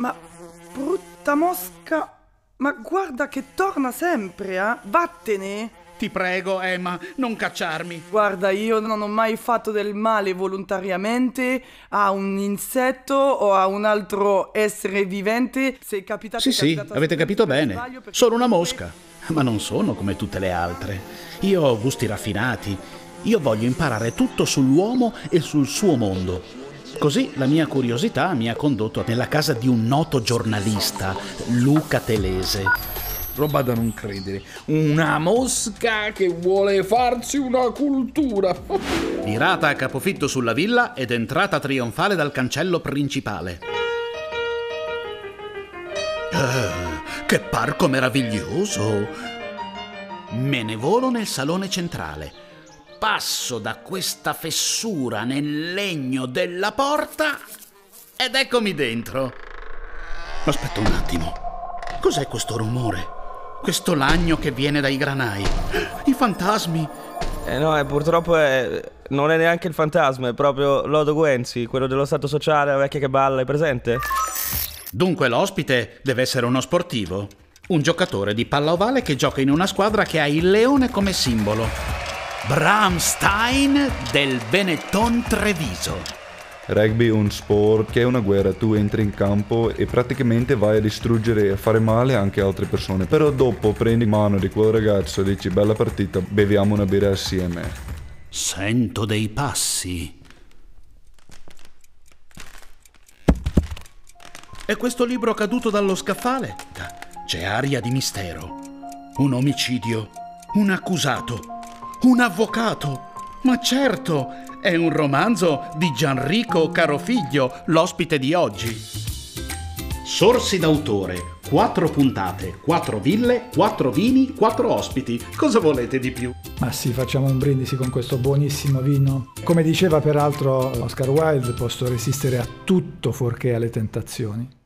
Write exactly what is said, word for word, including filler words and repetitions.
Ma brutta mosca, ma guarda che torna sempre, eh? Vattene! Ti prego, Emma, non cacciarmi. Guarda, io non ho mai fatto del male volontariamente a un insetto o a un altro essere vivente. Se capitate, Sì, sì, avete capito bene. Sono una mosca, ma non sono come tutte le altre. Io ho gusti raffinati. Io voglio imparare tutto sull'uomo e sul suo mondo. Così la mia curiosità mi ha condotto nella casa di un noto giornalista, Luca Telese. Roba da non credere. Una mosca che vuole farsi una cultura. Virata a capofitto sulla villa ed entrata trionfale dal cancello principale. Eh, che parco meraviglioso! Me ne volo nel salone centrale. Passo da questa fessura nel legno della porta ed eccomi dentro. Aspetta un attimo. Cos'è questo rumore? Questo lagno che viene dai granai. I fantasmi. Eh no, eh, purtroppo è... non è neanche il fantasma, è proprio Lodo Guenzi, quello dello stato sociale, la vecchia che balla, hai presente? Dunque l'ospite deve essere uno sportivo. Un giocatore di palla ovale che gioca in una squadra che ha il leone come simbolo. Bram Stein del Benetton Treviso. Rugby è un sport che è una guerra, tu entri in campo e praticamente vai a distruggere e a fare male anche a altre persone, però dopo prendi in mano di quel ragazzo e dici bella partita, beviamo una birra assieme. Sento dei passi. È questo libro caduto dallo scaffale? C'è aria di mistero. Un omicidio, un accusato, un avvocato. Ma certo, è un romanzo di Gianrico Carofiglio, l'ospite di oggi. Sorsi d'autore, quattro puntate, quattro ville, quattro vini, quattro ospiti. Cosa volete di più? Ma sì, facciamo un brindisi con questo buonissimo vino. Come diceva peraltro Oscar Wilde, posso resistere a tutto fuorché alle tentazioni.